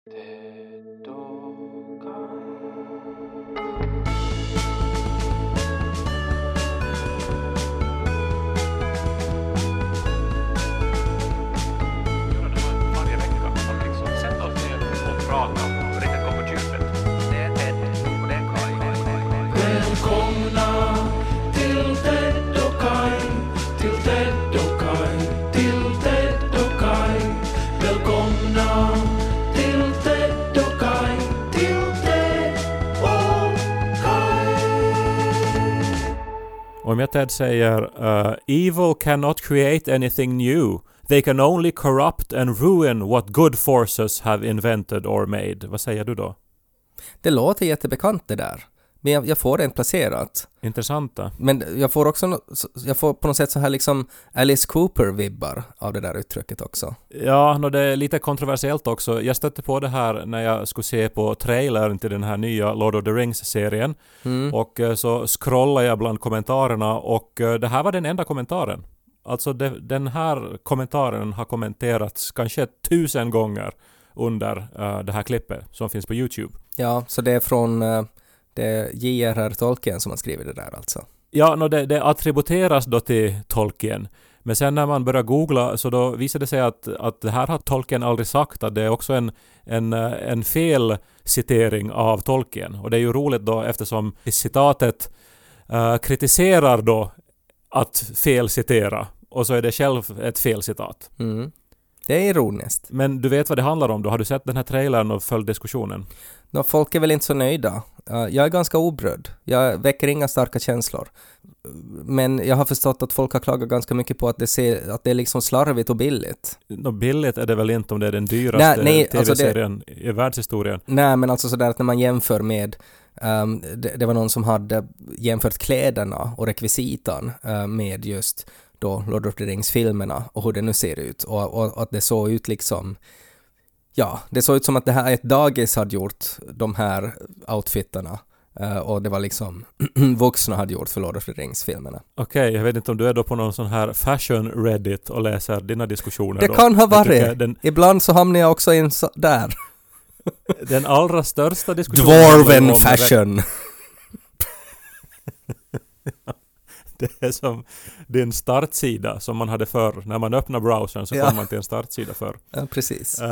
Varje vecka och liksom sätta oss ner och prata och riktigt gå på djupet. Det är Ted och det är Kai. Välkomna till Ted och Kai, till Ted och Kai, till Ted och Kai. Välkomna till Ted och Kai, till Ted och Kai. Om jag Ted säger evil cannot create anything new. They can only corrupt and ruin what good forces have invented or made. Vad säger du då? Det låter jättebekant det där. Men jag får det inte placerat. Intressanta. Men jag får också jag får på något sätt så här liksom Alice Cooper-vibbar av det där uttrycket också. Ja, det är lite kontroversiellt också. Jag stötte på det här när jag skulle se på trailern till den här nya Lord of the Rings-serien. Och så scrollade jag bland kommentarerna och det här var den enda kommentaren. Alltså den här kommentaren har kommenterats kanske 1000 gånger under det här klippet som finns på YouTube. Ja, så det är från det är J.R.R. Tolkien som har skrivit det där alltså. Ja, det attributeras då till Tolkien. Men sen när man börjar googla så då visar det sig att det här har Tolkien aldrig sagt, att det är också en fel citering av Tolkien. Och det är ju roligt då eftersom citatet kritiserar då att felcitera. Och så är det själv ett felcitat. Det är ironiskt. Men du vet vad det handlar om då? Har du sett den här trailern och följt diskussionen? Folk är väl inte så nöjda. Jag är ganska obröd. Jag väcker inga starka känslor. Men jag har förstått att folk har klagat ganska mycket på att det är liksom slarvigt och billigt. Billigt är det väl inte om det är den dyraste tv-serien alltså i världshistorien. Nej, men alltså sådär att när man jämför med det var någon som hade jämfört kläderna och rekvisitan med just då Lord of the Rings-filmerna och hur det nu ser ut. Och att det såg ut liksom... Ja, det såg ut som att det här ett dagis hade gjort de här outfitterna. Och det var liksom vuxna hade gjort för Lord of the Rings-filmerna. Okej, jag vet inte om du är då på någon sån här fashion Reddit och läser dina diskussioner. Det då. kan ha varit. Ibland så hamnar jag också in där. Den allra största diskussionen... Dwarven fashion. Det är som din startsida som man hade förr. När man öppnar browsern så kom man till en startsida förr. Ja, precis.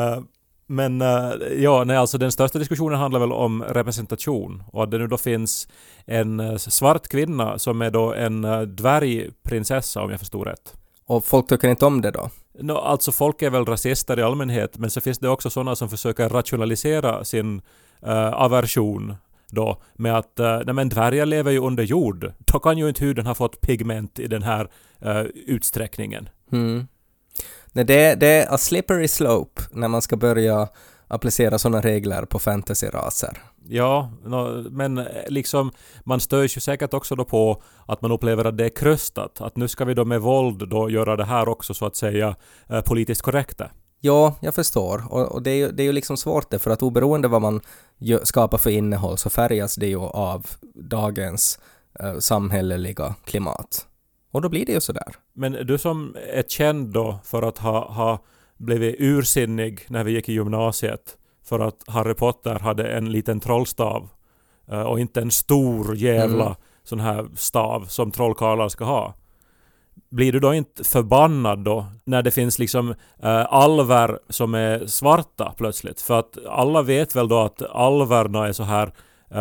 Alltså den största diskussionen handlar väl om representation. Och att det nu då finns en svart kvinna som är då en dvärgprinsessa, om jag förstår rätt. Och folk tycker inte om det då? Alltså folk är väl rasister i allmänhet, men så finns det också sådana som försöker rationalisera sin aversion då med att dvärgar lever ju under jord. Då kan ju inte huden ha fått pigment i den här utsträckningen. Nej, det är a slippery slope när man ska börja applicera sådana regler på fantasy-raser. Ja, men liksom man störs ju säkert också då på att man upplever att det är kröstat. Att nu ska vi då med våld då göra det här också så att säga politiskt korrekta. Ja, jag förstår. Och det är ju liksom svårt det, för att oberoende vad man skapar för innehåll så färgas det ju av dagens samhälleliga klimat. Och då blir det ju sådär. Men du som är känd då för att ha blivit ursinnig när vi gick i gymnasiet för att Harry Potter hade en liten trollstav och inte en stor jävla sån här stav som trollkarlar ska ha. Blir du då inte förbannad då när det finns liksom alver som är svarta plötsligt? För att alla vet väl då att alverna är så här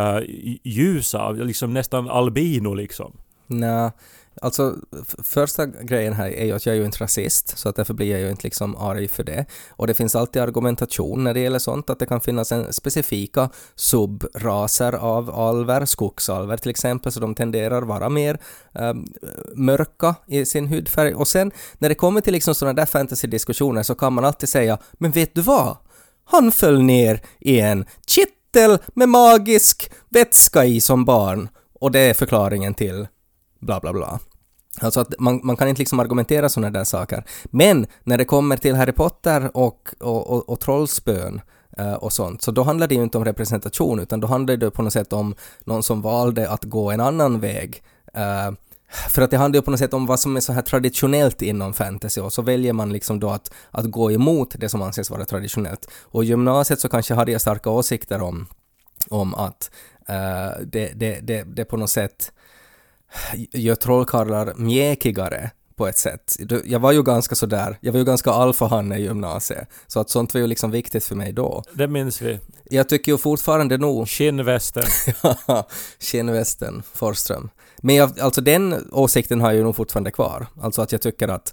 ljusa, liksom nästan albino liksom. Nej, alltså första grejen här är ju att jag är ju inte rasist, så att därför blir jag ju inte liksom arg för det. Och det finns alltid argumentation när det gäller sånt, att det kan finnas en specifika subraser av alver, skogsalver till exempel, så de tenderar vara mer mörka i sin hudfärg. Och sen när det kommer till liksom sådana där fantasy-diskussioner så kan man alltid säga, men vet du vad? Han föll ner i en kittel med magisk vätska i som barn. Och det är förklaringen till bla bla bla. Alltså att man kan inte liksom argumentera sådana där saker. Men när det kommer till Harry Potter och trollspön och sånt, så då handlar det ju inte om representation, utan då handlar det på något sätt om någon som valde att gå en annan väg För att det handlar ju på något sätt om vad som är så här traditionellt inom fantasy, och så väljer man liksom då att gå emot det som anses vara traditionellt. Och i gymnasiet så kanske hade jag starka åsikter om att det på något sätt gör trollkarlar mjäkigare på ett sätt. Jag var ju ganska alfahanne i gymnasiet, så att sånt var ju liksom viktigt för mig då. Det minns vi. Jag tycker ju fortfarande nog... Skinnvästen. Skinnvästen, Forsström. Men alltså den åsikten har jag ju nog fortfarande kvar. Alltså att jag tycker att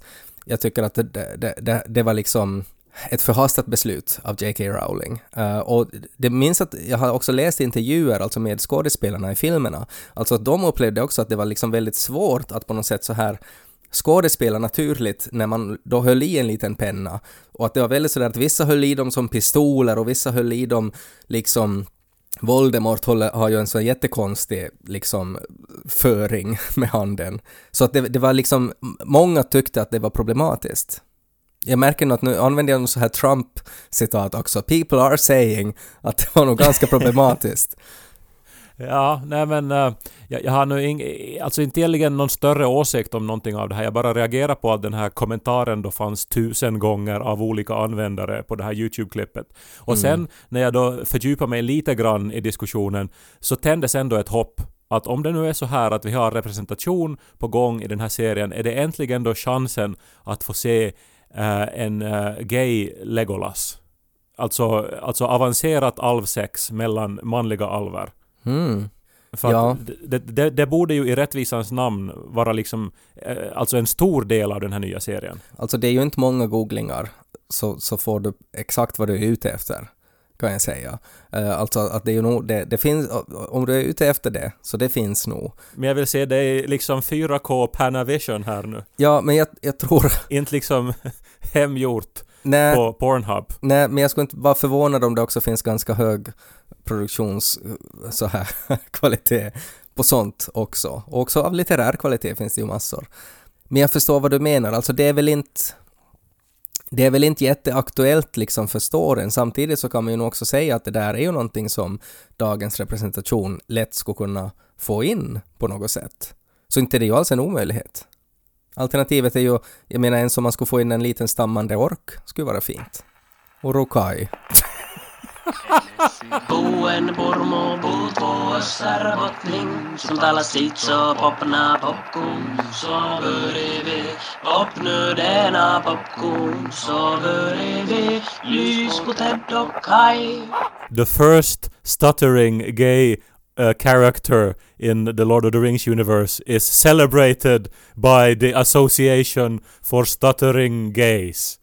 det var liksom ett förhastat beslut av J.K. Rowling. Och det minns att jag har också läst intervjuer alltså med skådespelarna i filmerna. Alltså att de upplevde också att det var liksom väldigt svårt att på något sätt så här skådespela naturligt när man då höll i en liten penna. Och att det var väldigt sådär att vissa höll i dem som pistoler och vissa höll i dem liksom... Voldemort har ju en så jättekonstig liksom föring med handen. Så att det var liksom, många tyckte att det var problematiskt. Jag märker nog att nu använder jag någon så här Trump-citat också. People are saying att det var nog ganska problematiskt. Ja, nej men jag har nu alltså inte egentligen någon större åsikt om någonting av det här. Jag bara reagerar på att den här kommentaren då fanns 1000 gånger av olika användare på det här YouTube-klippet. Och sen när jag då fördjupar mig lite grann i diskussionen så tändes ändå ett hopp att om det nu är så här att vi har representation på gång i den här serien, är det äntligen då chansen att få se en gay Legolas. Alltså avancerat alvsex mellan manliga alver. För att det borde ju i rättvisans namn vara liksom alltså en stor del av den här nya serien. Alltså det är ju inte många googlingar så får du exakt vad du är ute efter, kan jag säga. Alltså att det är ju nog, det finns, om du är ute efter det, så det finns nog. Men jag vill se det är liksom 4K Panavision här nu. Ja, men jag tror... Inte liksom hemgjort på Pornhub. Nej, men jag skulle inte vara förvånad om det också finns ganska hög produktions så här kvalitet på sånt också. Och också av litterär kvalitet finns det ju massor. Men jag förstår vad du menar. Alltså det är väl inte jätteaktuellt liksom för storyn. Samtidigt så kan man ju nog också säga att det där är ju någonting som dagens representation lätt skulle kunna få in på något sätt. Så inte det är ju alls en omöjlighet. Alternativet är ju, jag menar, en som man skulle få in en liten stammande ork skulle vara fint. Och Rokai. Buen purmu puut puossar botling, som talar sitt så popna popcorn, så börjar vi popnu denna popcorn, så börjar vi lys på Ted och Kai. The first stuttering gay character in the Lord of the Rings universe is celebrated by the Association for Stuttering Gays.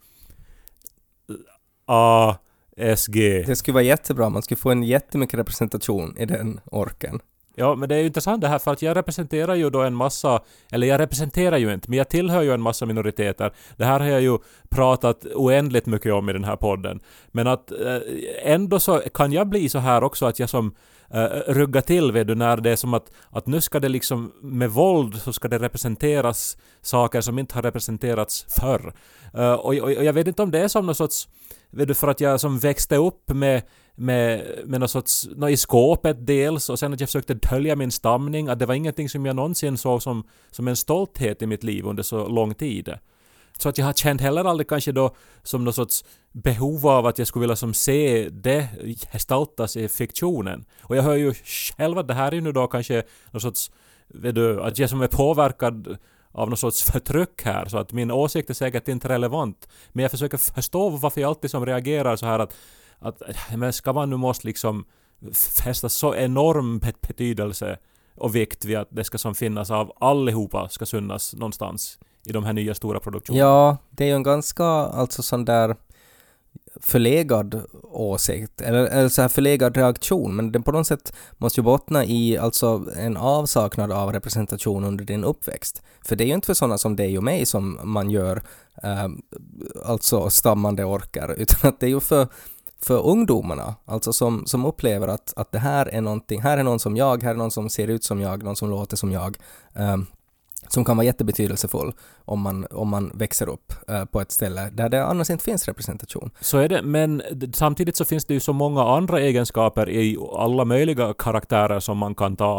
ASG. Det skulle vara jättebra, man skulle få en jättemycket representation i den orken. Ja, men det är ju intressant det här, för att jag representerar ju då en massa, eller jag representerar ju inte, men jag tillhör ju en massa minoriteter. Det här har jag ju pratat oändligt mycket om i den här podden. Men att ändå så kan jag bli så här också att jag som rugga till vid du, när det är som att nu ska det liksom med våld så ska det representeras saker som inte har representerats förr. Och jag vet inte om det är som någon sorts, vet du, för att jag som växte upp med någon sorts, i skåpet dels, och sen att jag försökte dölja min stamning, att det var ingenting som jag någonsin såg som en stolthet i mitt liv under så lång tid. Så att jag har känt heller aldrig kanske då som någon sorts behov av att jag skulle vilja som se det gestaltas i fiktionen. Och jag hör ju själv att det här är nu då kanske någon sorts, vet du, att jag som är påverkad av någon sorts förtryck här, så att min åsikt är säkert inte relevant. Men jag försöker förstå varför jag alltid som reagerar så här att men ska man nu måste liksom fästa så enorm betydelse och vikt vid att det ska som finnas av allihopa ska synnas någonstans i de här nya stora produktionerna. Ja, det är ju en ganska alltså sån där förlegad åsikt eller så här förlegad reaktion, men den på något sätt måste ju bottna i alltså en avsaknad av representation under din uppväxt. För det är ju inte för sådana som dig och mig som man gör alltså stammande orkar, utan att det är ju för ungdomarna, alltså som upplever att det här är någonting, här är någon som jag, här är någon som ser ut som jag, någon som låter som jag, som kan vara jättebetydelsefull om man växer upp på ett ställe där det annars inte finns representation. Så är det, men samtidigt så finns det ju så många andra egenskaper i alla möjliga karaktärer som man kan ta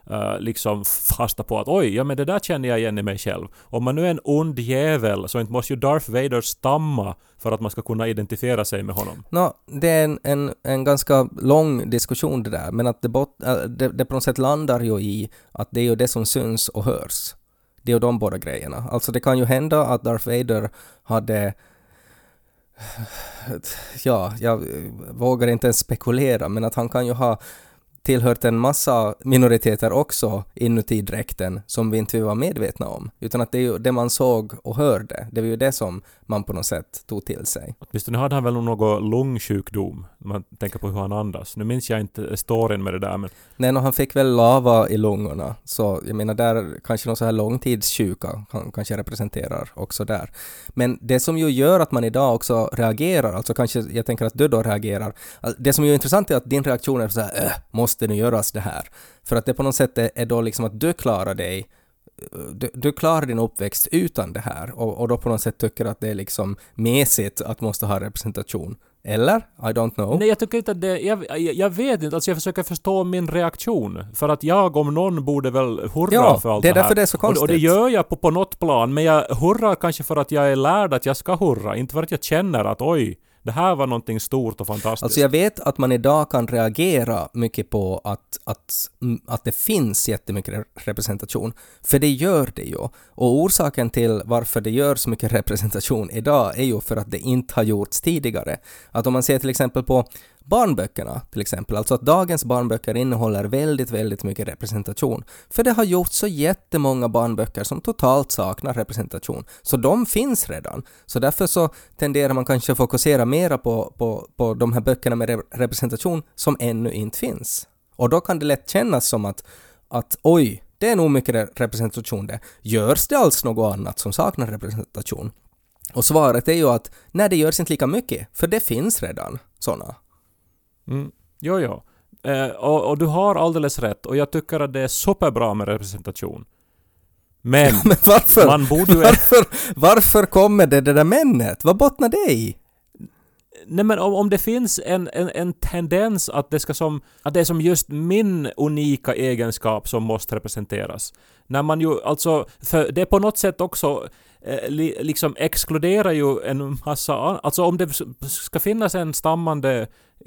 liksom fasta på att oj, ja men det där känner jag igen i mig själv. Om man nu är en ond jävel så inte måste ju Darth Vader stamma för att man ska kunna identifiera sig med honom. Det är en ganska lång diskussion det där, men att det på något sätt landar ju i att det är ju det som syns och hörs. Det är ju de båda grejerna. Alltså det kan ju hända att Darth Vader hade... Ja, jag vågar inte ens spekulera, men att han kan ju ha tillhört en massa minoriteter också inuti dräkten som vi inte var medvetna om. Utan att det är ju det man såg och hörde. Det var ju det som man på något sätt tog till sig. Åtminstone hade han väl någon lungsjukdom om man tänker på hur han andas. Nu minns jag inte storyn med det där. Men... Nej, han fick väl lava i lungorna. Så jag menar där kanske någon så här långtidssjuka kanske representerar också där. Men det som ju gör att man idag också reagerar, alltså kanske jag tänker att du då reagerar. Det som är intressant är att din reaktion är så här, måste nu göras det här. För att det på något sätt är då liksom att du klarar dig, du klarar din uppväxt utan det här och då på något sätt tycker att det är liksom mesigt att måste ha representation. Eller? I don't know. Nej, jag tycker inte att det... Jag vet inte. Alltså jag försöker förstå min reaktion. För att jag om någon borde väl hurra för allt det här. Det är därför det är så konstigt. Och det gör jag på något plan. Men jag hurrar kanske för att jag är lärd att jag ska hurra. Inte för att jag känner att oj, det här var någonting stort och fantastiskt. Alltså jag vet att man idag kan reagera mycket på att det finns jättemycket representation. För det gör det ju. Och orsaken till varför det gör så mycket representation idag är ju för att det inte har gjorts tidigare. Att om man ser till exempel på barnböckerna till exempel, alltså att dagens barnböcker innehåller väldigt, väldigt mycket representation. För det har gjorts så jättemånga barnböcker som totalt saknar representation. Så de finns redan. Så därför så tenderar man kanske att fokusera mera på de här böckerna med representation som ännu inte finns. Och då kan det lätt kännas som att oj, det är nog mycket representation det. Görs det alls något annat som saknar representation? Och svaret är ju att nej, det görs inte lika mycket. För det finns redan sådana. Jo. Och du har alldeles rätt. Och jag tycker att det är superbra med representation. Men varför? Man borde ju... varför kommer det där männet? Vad bottnar det i? Nej, men om det finns en tendens att det är som just min unika egenskap som måste representeras. När man ju alltså, för det på något sätt också liksom exkluderar ju en massa, alltså om det ska finnas en stammande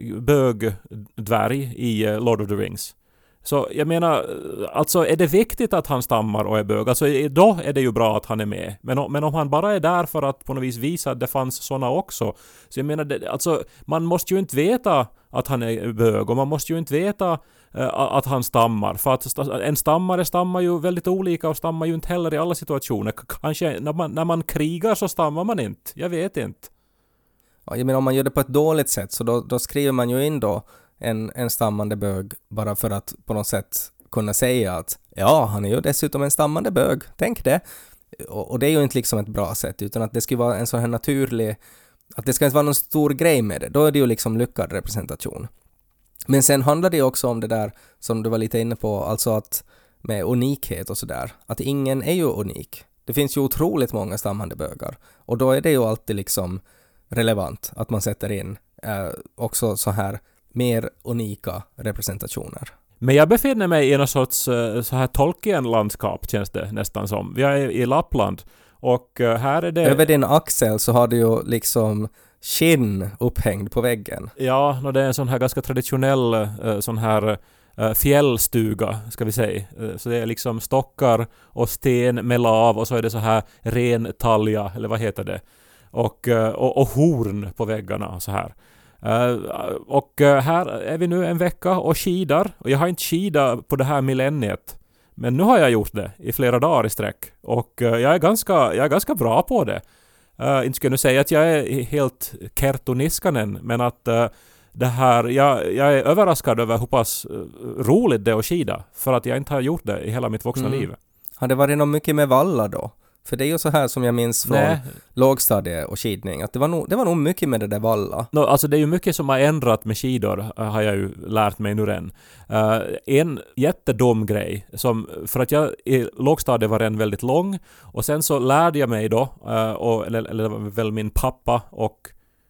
bögdvärg i Lord of the Rings. Så jag menar, alltså är det viktigt att han stammar och är bög? Alltså då är det ju bra att han är med. Men om han bara är där för att på något vis visa att det fanns såna också. Så jag menar, alltså man måste ju inte veta att han är bög och man måste ju inte veta att han stammar. För att en stammare stammar ju väldigt olika och stammar ju inte heller i alla situationer. Kanske när man krigar så stammar man inte. Jag vet inte. Ja, jag menar om man gör det på ett dåligt sätt så då skriver man ju in då en stammande bög bara för att på något sätt kunna säga att ja, han är ju dessutom en stammande bög. Tänk det. Och det är ju inte liksom ett bra sätt utan att det ska vara en sån här naturlig, att det ska inte vara någon stor grej med det. Då är det ju liksom lyckad representation. Men sen handlar det också om det där som du var lite inne på, alltså att med unikhet och sådär. Att ingen är ju unik. Det finns ju otroligt många stammande bögar. Och då är det ju alltid liksom relevant att man sätter in också så här mer unika representationer. Men jag befinner mig i någon sorts så här Tolkien-landskap känns det nästan som. Vi är i Lappland och här är det... Över din axel så har du ju liksom skinn upphängd på väggen. Ja, det är en sån här ganska traditionell sån här fjällstuga ska vi säga. Så det är liksom stockar och sten med lav och så är det så här ren talja eller vad heter det? Och horn på väggarna och så här. Och här är vi nu en vecka och skidar. Och jag har inte skidat på det här millenniet. Men nu har jag gjort det i flera dagar i sträck. Och jag är ganska bra på det. Inte skulle jag säga att jag är helt Kerttu-Niskanen. Men att det här, jag är överraskad över hur pass roligt det är att skida. För att jag inte har gjort det i hela mitt vuxna liv. Har det varit något mycket med valla då? För det är ju så här som jag minns från lågstadie och skidning. Att det var nog mycket med det där valla. Alltså det är ju mycket som har ändrat med skidor har jag ju lärt mig nu redan. En jättedum grej. För att jag i lågstadie var den väldigt lång. Och sen så lärde jag mig då, eller väl min pappa och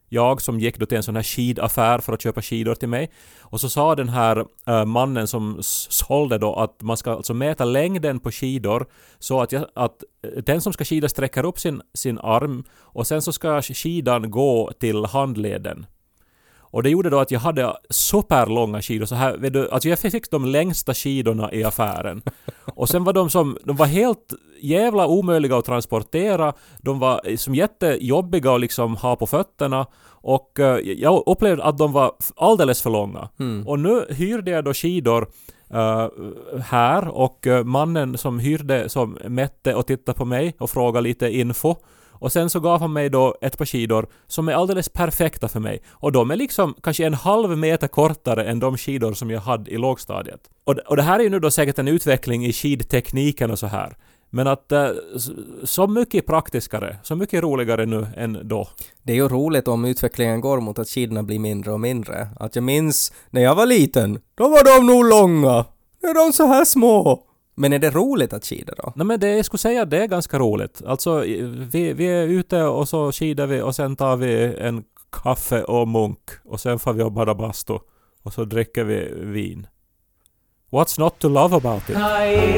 jag som gick då till en sån här skidaffär för att köpa skidor till mig. Och så sa den här mannen som sålde då att man ska alltså mäta längden på skidor så att den som ska skida sträcker upp sin arm och sen så ska skidan gå till handleden. Och det gjorde då att jag hade superlånga skidor. Så här, vet du, alltså jag fick de längsta skidorna i affären. Och sen var de var helt jävla omöjliga att transportera. De var som jättejobbiga att liksom ha på fötterna. Och jag upplevde att de var alldeles för långa. Och nu hyrde jag då skidor här. Och mannen som hyrde, som mätte och tittade på mig och frågade lite info. Och sen så gav han mig då ett par skidor som är alldeles perfekta för mig. Och de är liksom kanske 1,5 meter kortare än de skidor som jag hade i lågstadiet. Och det här är ju nu då säkert en utveckling i skidtekniken och så här. Men att så mycket praktiskare, så mycket roligare nu än då. Det är ju roligt om utvecklingen går mot att skidorna blir mindre och mindre. Att jag minns när jag var liten, då var de nog långa. Nu är de så här små. Men är det roligt att skida då? Nej, men jag skulle säga att det är ganska roligt. Alltså vi är ute och så skidar vi och sen tar vi en kaffe och munk och sen får vi och bada bastu och så dricker vi vin. What's not to love about it?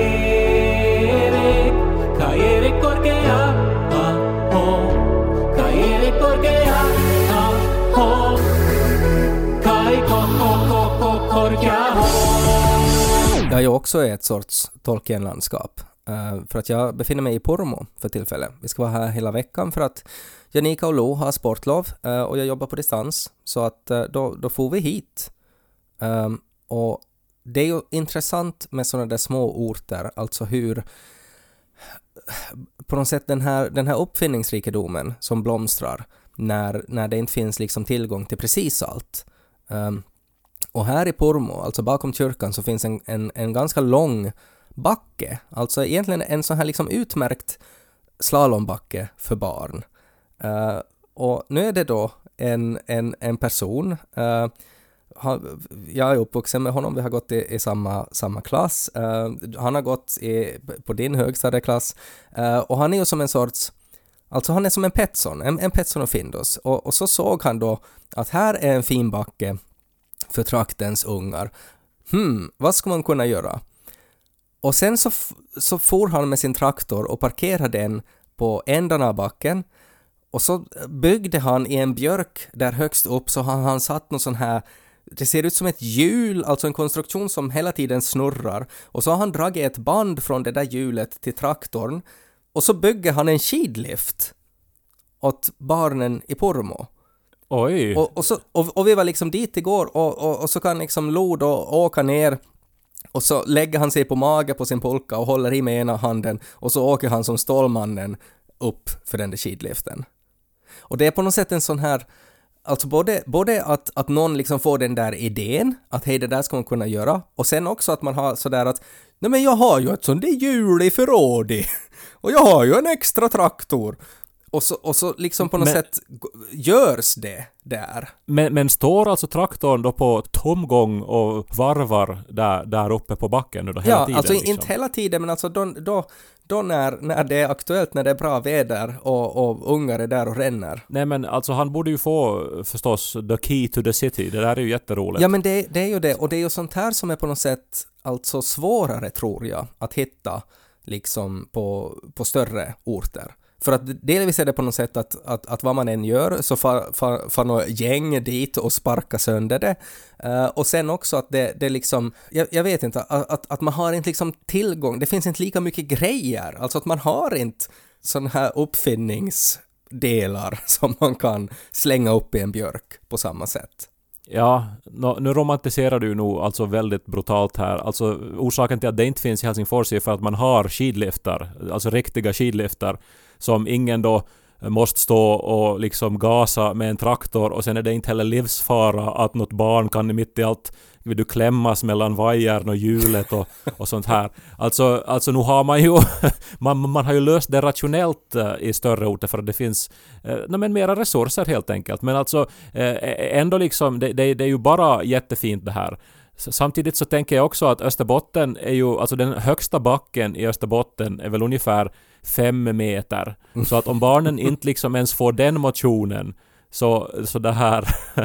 Jag är ju också i ett sorts Tolkien-landskap. För att jag befinner mig i Pormo för tillfället. Vi ska vara här hela veckan för att Janika och Lo har sportlov och jag jobbar på distans. Så att då får vi hit. Och det är ju intressant med sådana där små orter. Alltså hur på något sätt den här uppfinningsrikedomen som blomstrar när det inte finns liksom tillgång till precis allt. Och här i Pormo, alltså bakom kyrkan, så finns en ganska lång backe. Alltså egentligen en sån här liksom utmärkt slalombacke för barn. Och nu är det då en person. Jag är uppvuxen med honom, vi har gått i samma klass. Han har gått på din högstadieklass. Och han är ju som en sorts... Alltså han är som en Petson, en Petson och Findus. Och så såg han då att här är en fin backe för traktens ungar. Vad ska man kunna göra? Och sen så for han med sin traktor och parkerade den på ändarna av backen. Och så byggde han i en björk där högst upp, så han satt någon sån här, det ser ut som ett hjul, alltså en konstruktion som hela tiden snurrar. Och så har han dragit ett band från det där hjulet till traktorn. Och så bygger han en skidlift åt barnen i Pormo. Oj. Och vi var liksom dit igår och så kan liksom Lo då åka ner och så lägger han sig på mage på sin polka och håller i med ena handen och så åker han som Stålmannen upp för den där skidliften. Och det är på något sätt en sån här, alltså både att någon liksom får den där idén att hej, det där ska man kunna göra, och sen också att man har sådär att nej, men jag har ju ett sånt där hjul i förrådet och jag har ju en extra traktor. Och så liksom på något sätt görs det där. Men står alltså traktorn då på tomgång och varvar där uppe på backen då hela tiden? Ja, alltså liksom. Inte hela tiden, men alltså då när det är aktuellt, när det är bra väder och ungar är där och ränner. Nej, men alltså han borde ju få förstås the key to the city. Det där är ju jätteroligt. Ja, men det är ju det. Och det är ju sånt här som är på något sätt alltså svårare, tror jag, att hitta liksom på större orter. För att delvis är det på något sätt att vad man än gör så får något gäng dit och sparka sönder det. Och sen också att det liksom, jag vet inte, att man har inte liksom tillgång, det finns inte lika mycket grejer. Alltså att man har inte sådana här uppfinningsdelar som man kan slänga upp i en björk på samma sätt. Ja, nu romantiserar du nog alltså väldigt brutalt här. Alltså orsaken till att det inte finns i Helsingfors är för att man har skidliftar, alltså riktiga skidliftar som ingen då måste stå och liksom gasa med en traktor, och sen är det inte heller livsfara att något barn kan mitt i allt klämmas mellan vajern och hjulet och sånt här. Alltså nu har man ju man har ju löst det rationellt i större orter för att det finns mera resurser helt enkelt. Men alltså ändå liksom det är ju bara jättefint det här. Samtidigt så tänker jag också att Österbotten är ju, alltså den högsta backen i Österbotten är väl ungefär 5 meter. Så att om barnen inte liksom ens får den motionen, så det här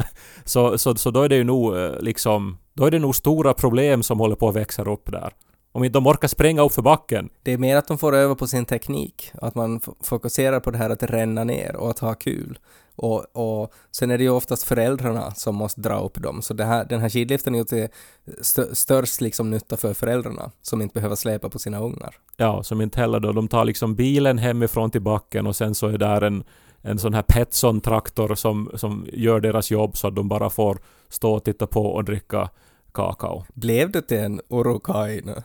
så då är det ju nog liksom, då är det nog stora problem som håller på att växa upp där. Om inte de orkar spränga upp för backen. Det är mer att de får öva på sin teknik. Att man fokuserar på det här att ränna ner och att ha kul. Och sen är det ju oftast föräldrarna som måste dra upp dem. Så den här skidliften är ju till störst liksom nytta för föräldrarna som inte behöver släpa på sina ungar. Ja, som inte heller då. De tar liksom bilen hemifrån till backen och sen så är där en sån här Petson-traktor som gör deras jobb så att de bara får stå och titta på och dricka kakao. Blev du till en Urukai nu?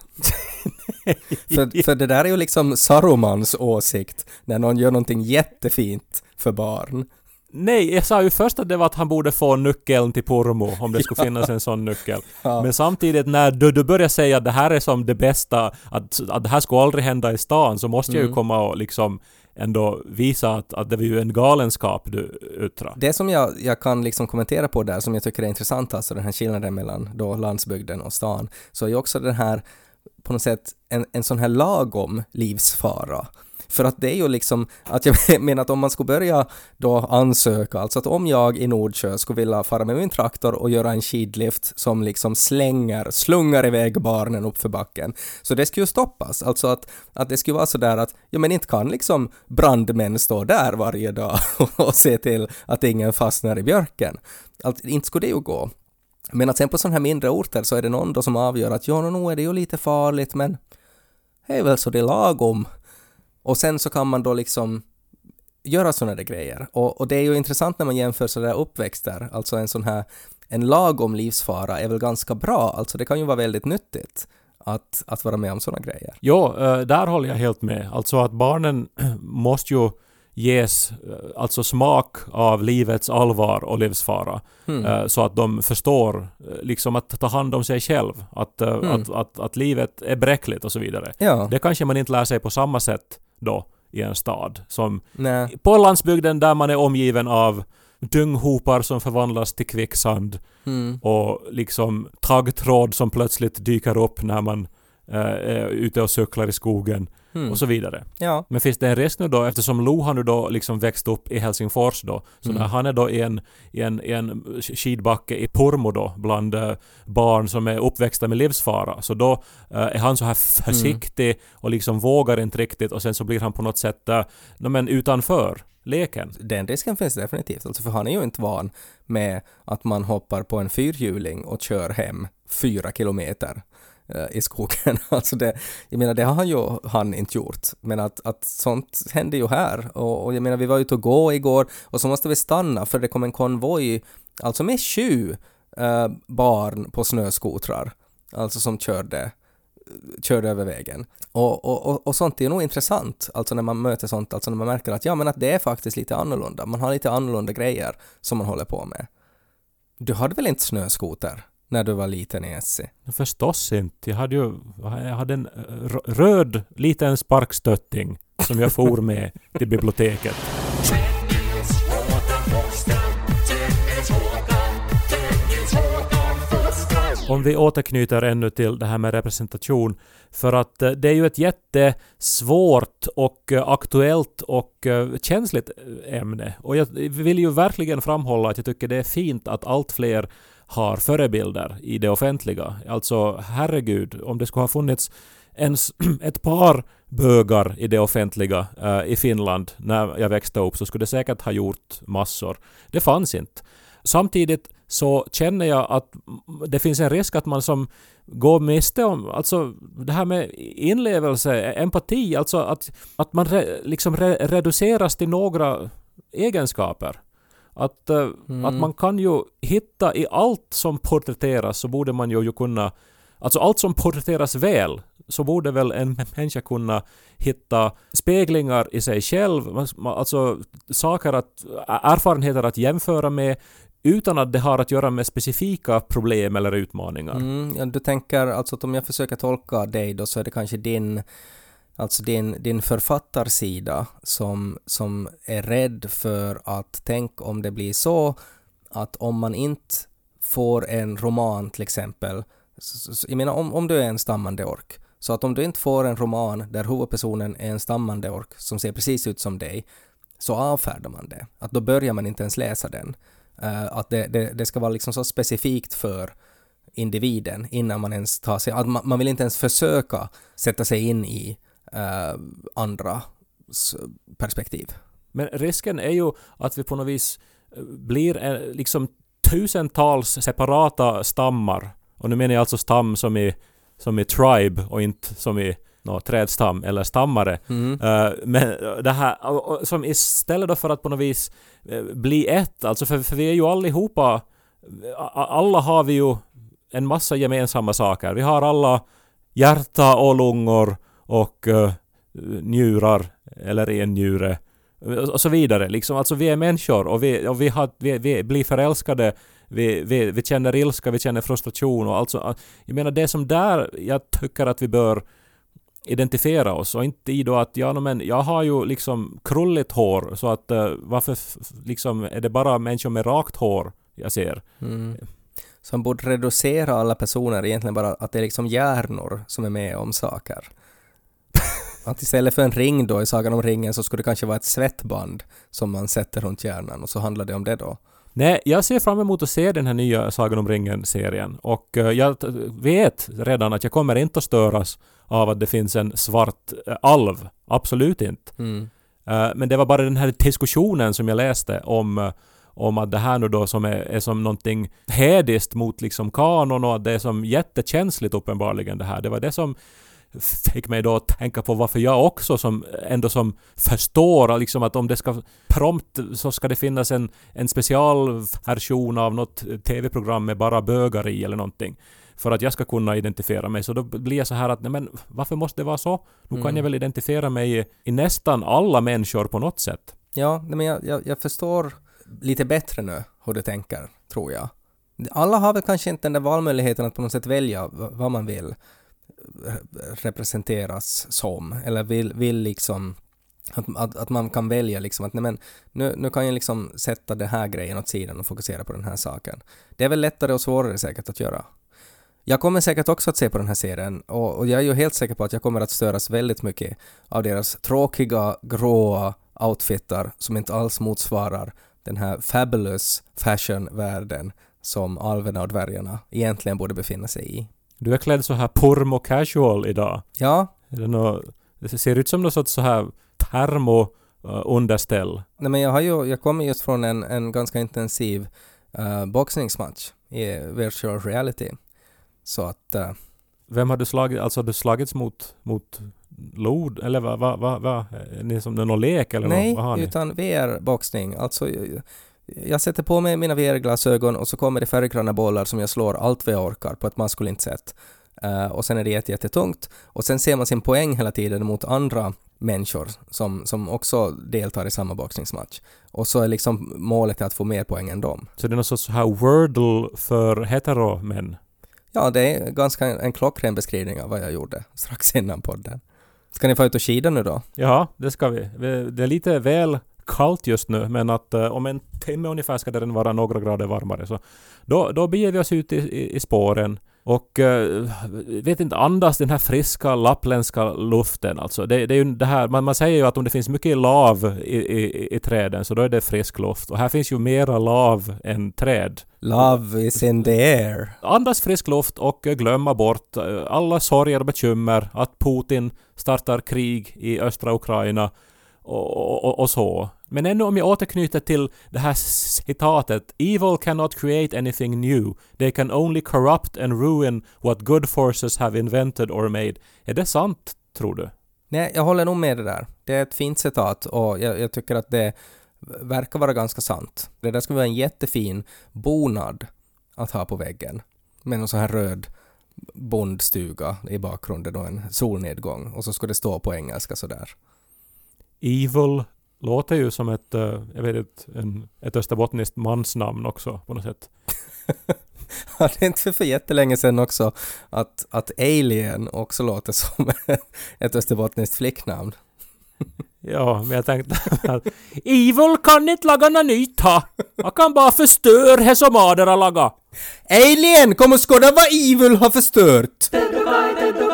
för det där är ju liksom Sarumans åsikt när någon gör någonting jättefint för barn. Nej, jag sa ju först att det var att han borde få nyckeln till Pormo om det skulle finnas en sån nyckel. Ja. Men samtidigt när du börjar säga att det här är som det bästa, att det här skulle aldrig hända i stan, så måste jag ju komma och liksom ändå visa att det var ju en galenskap du yttrar. Det som jag kan liksom kommentera på där som jag tycker är intressant, alltså den här skillnaden mellan då landsbygden och stan, så är ju också den här på något sätt en sån här lagom livsfara. För att det är ju liksom, att jag menar att om man skulle börja då ansöka, alltså att om jag i Nordsjö skulle vilja fara med min traktor och göra en skidlift som liksom slungar iväg barnen upp för backen, så det skulle ju stoppas. Alltså att det skulle vara så där att, ja men inte kan liksom brandmän stå där varje dag och se till att ingen fastnar i björken. Alltså, inte skulle det ju gå. Men att sen på sådana här mindre orter så är det någon då som avgör att ja, nog är det ju lite farligt, men det är väl så det är lagom. Och sen så kan man då liksom göra sådana där grejer. Och det är ju intressant när man jämför sådär uppväxter. Alltså en lagom livsfara är väl ganska bra. Alltså det kan ju vara väldigt nyttigt att vara med om sådana grejer. Ja, där håller jag helt med. Alltså att barnen måste ju ges alltså smak av livets allvar och livsfara. Så att de förstår liksom att ta hand om sig själv. Att livet är bräckligt och så vidare. Ja. Det kanske man inte lär sig på samma sätt då i en stad. Som på landsbygden där man är omgiven av dynghopar som förvandlas till kvicksand och liksom taggtråd som plötsligt dyker upp när man är ute och cyklar i skogen och så vidare. Ja. Men finns det en risk nu då, eftersom Lo har nu då liksom växt upp i Helsingfors då, så när han är då i en skidbacke i Pormo då, bland barn som är uppväxta med livsfara, så då är han så här försiktig och liksom vågar inte riktigt, och sen så blir han på något sätt utanför leken. Den risken finns definitivt, alltså för han är ju inte van med att man hoppar på en fyrhjuling och kör hem 4 kilometer i skogen. Alltså jag menar, det har han inte gjort. Men att sånt händer ju här. Och jag menar, vi var ute och gå igår och så måste vi stanna för det kom en konvoj, alltså med 7 barn på snöskotrar. Alltså som körde över vägen. Och sånt är ju nog intressant. Alltså när man möter sånt, alltså när man märker att att det är faktiskt lite annorlunda. Man har lite annorlunda grejer som man håller på med. Du hade väl inte snöskoter när du var liten i SC? Förstås inte. Jag hade en röd liten sparkstötting som jag for med till biblioteket. Om vi återknyter ännu till det här med representation, för att det är ju ett jättesvårt och aktuellt och känsligt ämne. Och jag vill ju verkligen framhålla att jag tycker det är fint att allt fler har förebilder i det offentliga. Alltså herregud, om det skulle ha funnits ens ett par bögar i det offentliga i Finland när jag växte upp, så skulle det säkert ha gjort massor. Det fanns inte. Samtidigt så känner jag att det finns en risk att man som går miste om, alltså det här med inlevelse, empati, alltså att man reduceras till några egenskaper. Att man kan ju hitta i allt som porträtteras, så borde man ju kunna, alltså allt som porträtteras väl, så borde väl en människa kunna hitta speglingar i sig själv, alltså erfarenheter att jämföra med, utan att det har att göra med specifika problem eller utmaningar. Du tänker alltså att om jag försöker tolka dig då, så är det kanske din författarsida som är rädd för att tänk om det blir så att om man inte får en roman till exempel, jag menar om du är en stammande ork, så att om du inte får en roman där huvudpersonen är en stammande ork som ser precis ut som dig, så avfärdar man det. Att då börjar man inte ens läsa den. Att det ska vara liksom så specifikt för individen innan man ens tar sig... Att man vill inte ens försöka sätta sig in i andra perspektiv. Men risken är ju att vi på något vis blir liksom tusentals separata stammar. Och nu menar jag alltså stam som i tribe och inte som i trädstam eller stammare. Men det här som istället då för att på något vis bli ett, alltså för vi är ju allihopa, alla har vi ju en massa gemensamma saker. Vi har alla hjärta och lungor och njurar eller en njure och så vidare. Liksom, alltså vi är människor och vi blir förälskade, vi känner ilska, vi känner frustration och alltså, jag menar det som där jag tycker att vi bör identifiera oss och inte i då att jag har ju liksom krulligt hår så att varför liksom är det bara människor med rakt hår jag ser. Så man borde reducera alla personer egentligen bara att det är liksom hjärnor som är med om saker. Att istället för en ring då i Sagan om ringen så skulle det kanske vara ett svettband som man sätter runt hjärnan och så handlar det om det då. Nej, jag ser fram emot att se den här nya Sagan om ringen-serien och jag vet redan att jag kommer inte att störas av att det finns en svart alv. Absolut inte. Men det var bara den här diskussionen som jag läste om att det här nu då som är som någonting hediskt mot liksom kanon och att det är som jättekänsligt uppenbarligen det här. Det var det som fick mig då att tänka på varför jag också som förstår liksom att om det ska prompt så ska det finnas en specialversion av något tv-program med bara bögar i eller någonting för att jag ska kunna identifiera mig. Så då blir jag så här att nej, men varför måste det vara så? Nu kan jag väl identifiera mig i nästan alla människor på något sätt. Ja, men jag förstår lite bättre nu hur du tänker, tror jag. Alla har väl kanske inte den där valmöjligheten att på något sätt välja vad man vill representeras som eller vill liksom att man kan välja liksom att nej, men nu kan jag liksom sätta det här grejen åt sidan och fokusera på den här saken. Det är väl lättare och svårare säkert att göra. Jag kommer säkert också att se på den här serien och jag är ju helt säker på att jag kommer att störas väldigt mycket av deras tråkiga, gråa outfitar som inte alls motsvarar den här fabulous fashion-världen som alverna och dvärgarna egentligen borde befinna sig i. Du är klädd så här pormo casual idag. Ja. Det ser ut som något sorts så här termo underställ. Nej, men jag kommer just från en ganska intensiv boxningsmatch i virtual reality. Så att... Vem har du slagit? Alltså du slagits mot lod? Eller vad? Är ni som någon lek? Eller nej, vad har ni? Utan VR-boxning. Alltså jag sätter på mig mina VR-glasögon och så kommer det färggranna bollar som jag slår allt vad jag orkar på ett maskulint sätt. Och sen är det jättetungt. Och sen ser man sin poäng hela tiden mot andra människor som också deltar i samma boxningsmatch. Och så är liksom målet att få mer poäng än dem. Så det är något så här Wordle för hetero-män? Ja, det är ganska en klockren beskrivning av vad jag gjorde strax innan podden. Ska ni få ut och skida nu då? Ja, det ska vi. Det är lite väl kallt just nu, men att om en timme ungefär ska den vara några grader varmare. Så då beger vi oss ut i spåren och vet inte, andas den här friska lappländska luften. Alltså. Det är ju det här, man säger ju att om det finns mycket lav i träden så då är det frisk luft. Och här finns ju mera lav än träd. Love is in the air. Andas frisk luft och glömma bort alla sorger och bekymmer att Putin startar krig i östra Ukraina och så. Men ännu om jag återknyter till det här citatet: Evil cannot create anything new. They can only corrupt and ruin what good forces have invented or made. Är det sant, tror du? Nej, jag håller nog med det där. Det är ett fint citat och jag tycker att det verkar vara ganska sant. Det där ska vara en jättefin bonad att ha på väggen. Med en sån här röd bondstuga i bakgrunden och en solnedgång. Och så ska det stå på engelska sådär. Evil låter ju som ett österbottniskt mansnamn också på något sätt. Ja, det är inte för jättelänge sedan också att Alien också låter som ett österbottniskt flicknamn. Ja, men jag tänkte att Evil kan inte laga något nytt ha. Jag kan bara förstöra det som Adera laga. Alien, kom och skåda vad Evil har förstört! Ted och Kai,